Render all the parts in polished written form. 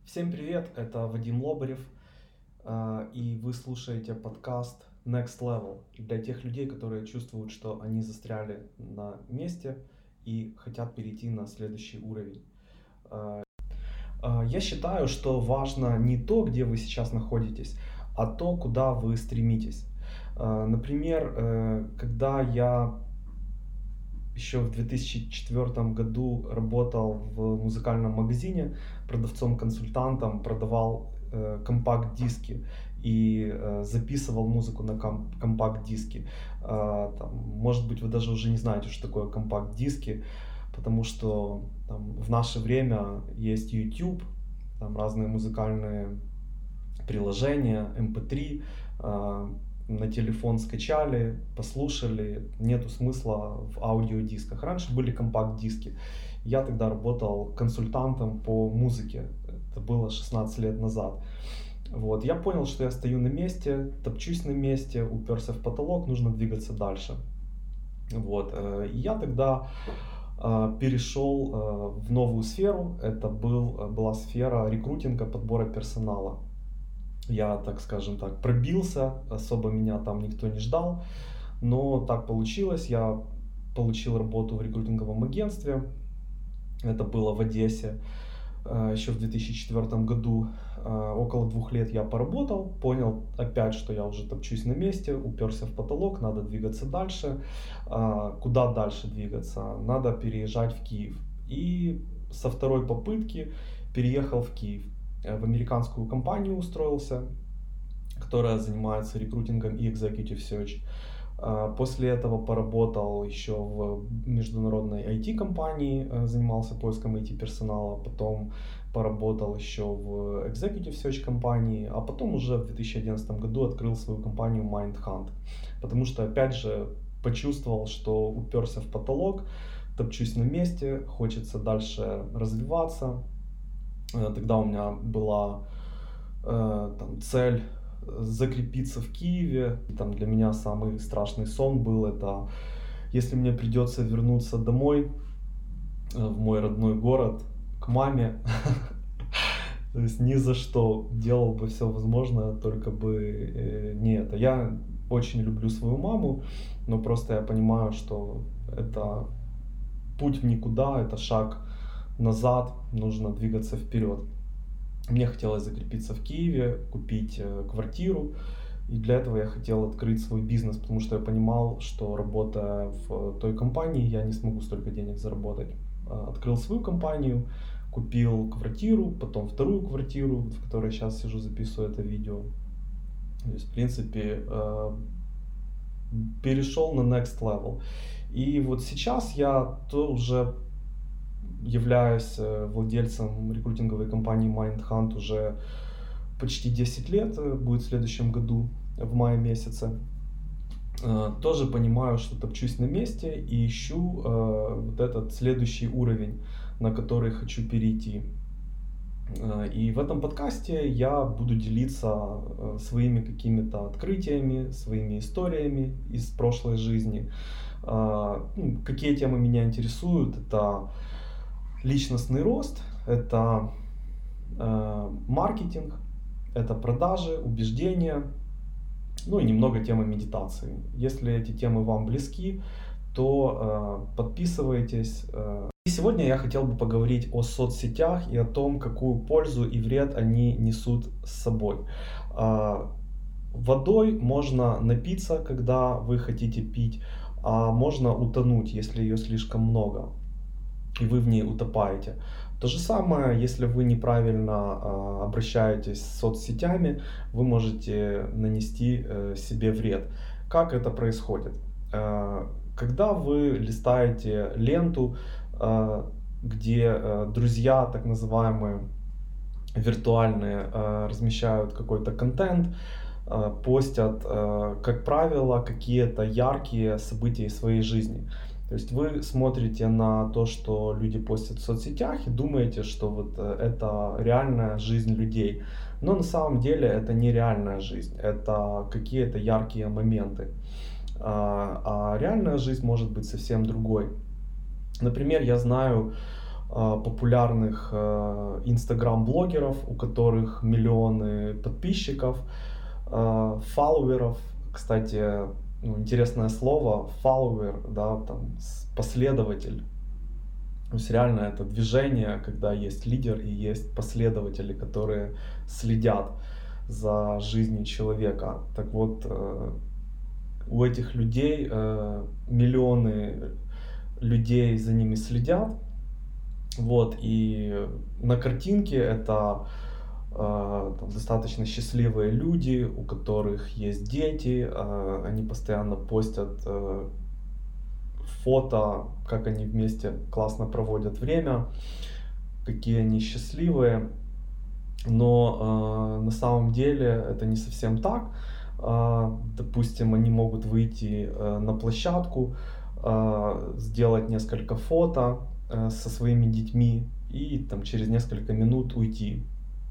Всем привет, это Вадим Лобарев, и вы слушаете подкаст Next Level для тех людей, которые чувствуют, что они застряли на месте и хотят перейти на следующий уровень. Я считаю, что важно не то, где вы сейчас находитесь, а то, куда вы стремитесь. Например, когда я еще в 2004 году работал в музыкальном магазине продавцом-консультантом, продавал компакт-диски и записывал музыку на компакт-диски. Может быть, вы даже уже не знаете, что такое компакт-диски, потому что в наше время есть YouTube, там разные музыкальные приложения, MP3, на телефон скачали, послушали, нету смысла в аудиодисках. Раньше были компакт-диски. Я тогда работал консультантом по музыке. Это было 16 лет назад. Вот. Я понял, что я стою на месте, топчусь на месте, уперся в потолок, нужно двигаться дальше. Вот. И я тогда перешел в новую сферу. Это была сфера рекрутинга, подбора персонала. Я, так скажем так, пробился, особо меня там никто не ждал, но так получилось. Я получил работу в рекрутинговом агентстве, это было в Одессе, еще в 2004 году. Около 2 лет я поработал, понял опять, что я уже топчусь на месте, уперся в потолок, надо двигаться дальше. Куда дальше двигаться? Надо переезжать в Киев. И со второй попытки переехал в Киев. В американскую компанию устроился, которая занимается рекрутингом и executive search. После этого поработал еще в международной IT-компании, занимался поиском IT-персонала, потом поработал еще в executive search компании, а потом уже в 2011 году открыл свою компанию Mindhunt, потому что опять же почувствовал, что уперся в потолок, топчусь на месте, хочется дальше развиваться. Тогда у меня была цель закрепиться в Киеве. Там для меня самый страшный сон был это, если мне придется вернуться домой, в мой родной город, к маме. То есть ни за что делал бы все возможное, только бы не это. Я очень люблю свою маму, но просто я понимаю, что это путь в никуда, это шаг назад, нужно двигаться вперед. Мне хотелось закрепиться в Киеве, купить квартиру, и для этого я хотел открыть свой бизнес, потому что я понимал, что работая в той компании, я не смогу столько денег заработать. Открыл свою компанию, купил квартиру, потом вторую квартиру, в которой сейчас сижу, записываю это видео. То есть, в принципе, перешел на next level. И вот сейчас я то уже являюсь владельцем рекрутинговой компании Mindhunt уже почти 10 лет, будет в следующем году, в мае месяце. Тоже понимаю, что топчусь на месте и ищу вот этот следующий уровень, на который хочу перейти. И в этом подкасте я буду делиться своими какими-то открытиями, своими историями из прошлой жизни. Какие темы меня интересуют? Это личностный рост, это маркетинг, это продажи, убеждения, ну и немного темы медитации. Если эти темы вам близки, то подписывайтесь. И сегодня я хотел бы поговорить о соцсетях и о том, какую пользу и вред они несут с собой. Водой можно напиться, когда вы хотите пить, а можно утонуть, если ее слишком много, и вы в ней утопаете. То же самое, если вы неправильно обращаетесь с соцсетями, вы можете нанести себе вред. Как это происходит? Когда вы листаете ленту, где друзья, так называемые виртуальные, размещают какой-то контент, постят, как правило, какие-то яркие события из своей жизни. То есть вы смотрите на то, что люди постят в соцсетях, и думаете, что вот это реальная жизнь людей. Но на самом деле это не реальная жизнь, это какие-то яркие моменты. А реальная жизнь может быть совсем другой. Например, я знаю популярных инстаграм-блогеров, у которых миллионы подписчиков, фолловеров. Кстати, ну, интересное слово follower, да, там последователь. То есть реально это движение, когда есть лидер и есть последователи, которые следят за жизнью человека. Так вот, у этих людей миллионы людей за ними следят. Вот, и на картинке это там, достаточно счастливые люди, у которых есть дети, они постоянно постят фото, как они вместе классно проводят время, какие они счастливые. Но на самом деле это не совсем так. Допустим, они могут выйти на площадку, сделать несколько фото со своими детьми и там через несколько минут уйти.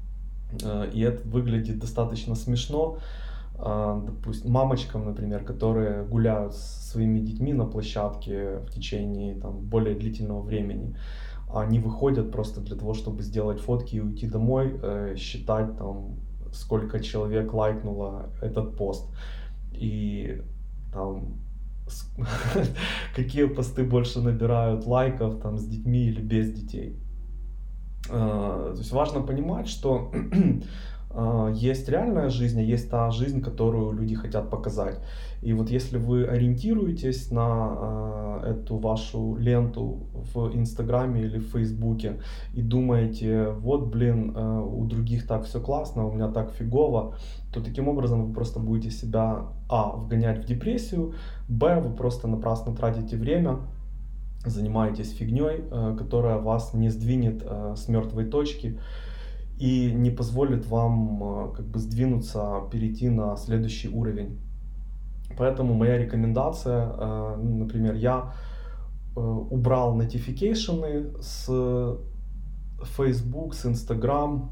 И это выглядит достаточно смешно. Допустим, мамочкам, например, которые гуляют со своими детьми на площадке в течение там, более длительного времени. Они выходят просто для того, чтобы сделать фотки и уйти домой, считать там, сколько человек лайкнуло этот пост. И там какие посты больше набирают лайков там с детьми или без детей. То есть важно понимать, что есть реальная жизнь, а есть та жизнь, которую люди хотят показать. И вот если вы ориентируетесь на эту вашу ленту в Инстаграме или в Фейсбуке и думаете, вот, блин, у других так все классно, у меня так фигово, то таким образом вы просто будете себя, вгонять в депрессию, вы просто напрасно тратите время, занимаетесь фигней, которая вас не сдвинет с мертвой точки и не позволит вам как бы сдвинуться, перейти на следующий уровень. Поэтому моя рекомендация, например, я убрал notification с Facebook, с Instagram.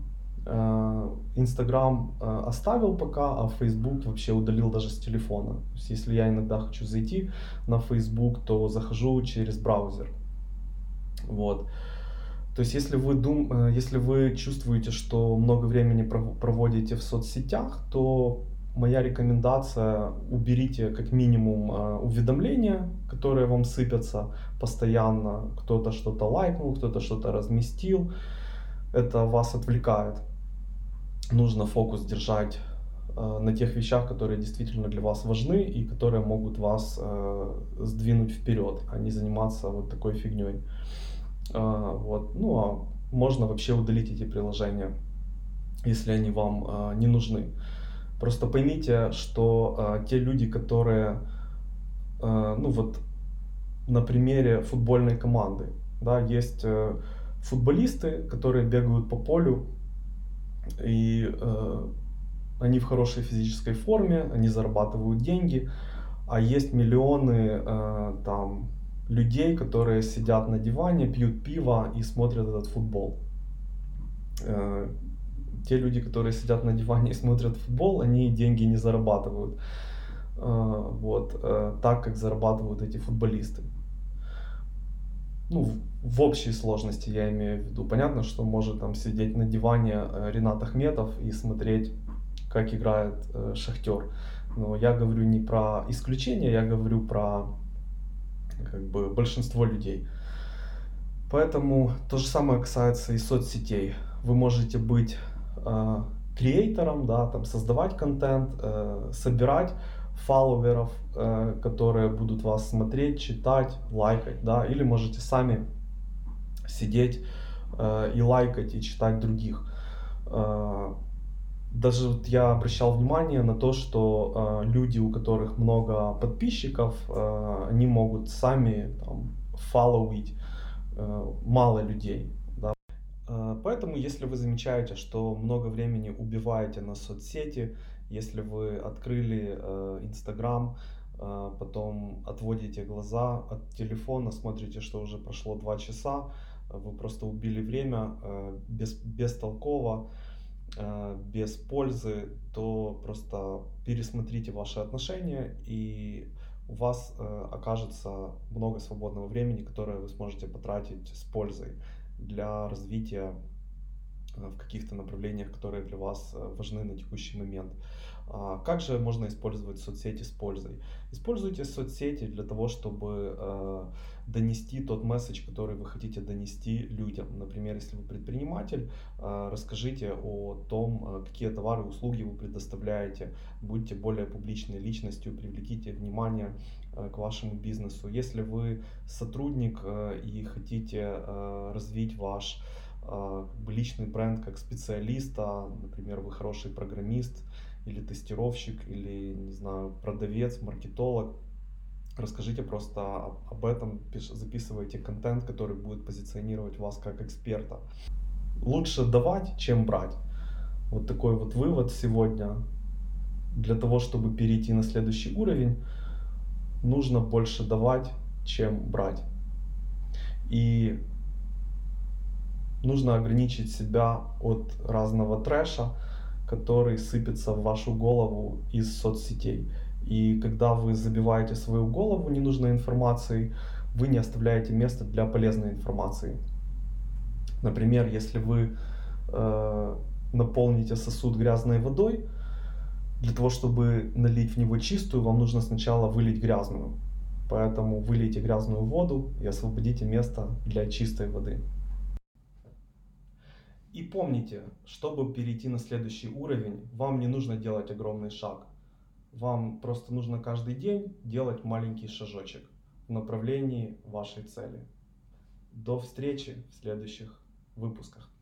Instagram оставил пока, а Facebook вообще удалил даже с телефона. То есть, если я иногда хочу зайти на Facebook, то захожу через браузер. Вот. То есть, если вы чувствуете, что много времени проводите в соцсетях, то моя рекомендация: уберите как минимум уведомления, которые вам сыпятся постоянно. Кто-то что-то лайкнул, кто-то что-то разместил. Это вас отвлекает. Нужно фокус держать на тех вещах, которые действительно для вас важны и которые могут вас сдвинуть вперед, а не заниматься вот такой фигней. Вот. Ну, а можно вообще удалить эти приложения, если они вам не нужны. Просто поймите, что те люди, которые, ну вот на примере футбольной команды, да, есть футболисты, которые бегают по полю, и они в хорошей физической форме, они зарабатывают деньги, а есть миллионы там людей, которые сидят на диване, пьют пиво и смотрят этот футбол. Те люди, которые сидят на диване и смотрят футбол, они деньги не зарабатывают вот так, как зарабатывают эти футболисты. Ну, в общей сложности я имею в виду. Понятно, что может там сидеть на диване Ринат Ахметов и смотреть, как играет Шахтер. Но я говорю не про исключение, я говорю про как бы большинство людей. Поэтому то же самое касается и соцсетей. Вы можете быть креатором, да, там создавать контент, собирать фолловеров, которые будут вас смотреть, читать, лайкать, да, или можете сами сидеть и лайкать, и читать других. Даже вот я обращал внимание на то, что люди, у которых много подписчиков, они могут сами там фолловить мало людей. Да. Поэтому, если вы замечаете, что много времени убиваете на соцсети, если вы открыли Инстаграм, потом отводите глаза от телефона, смотрите, что уже прошло 2 часа, вы просто убили время бестолково, без пользы, то просто пересмотрите ваши отношения, и у вас окажется много свободного времени, которое вы сможете потратить с пользой. для развития в каких-то направлениях, которые для вас важны на текущий момент. Как же можно использовать соцсети с пользой? Используйте соцсети для того, чтобы донести тот месседж, который вы хотите донести людям. Например, если вы предприниматель, расскажите о том, какие товары и услуги вы предоставляете, будьте более публичной личностью, привлеките внимание к вашему бизнесу. Если вы сотрудник и хотите развить ваш как бы личный бренд как специалиста, например, вы хороший программист или тестировщик, или, не знаю, продавец, маркетолог, расскажите просто об этом, записывайте контент, который будет позиционировать вас как эксперта. Лучше давать, чем брать. Вот такой вот вывод сегодня. Для того, чтобы перейти на следующий уровень, нужно больше давать, чем брать. И нужно ограничить себя от разного трэша, который сыпется в вашу голову из соцсетей. И когда вы забиваете свою голову ненужной информацией, вы не оставляете места для полезной информации. Например, если вы наполните сосуд грязной водой, для того, чтобы налить в него чистую, вам нужно сначала вылить грязную. Поэтому вылейте грязную воду и освободите место для чистой воды. И помните, чтобы перейти на следующий уровень, вам не нужно делать огромный шаг. Вам просто нужно каждый день делать маленький шажочек в направлении вашей цели. До встречи в следующих выпусках.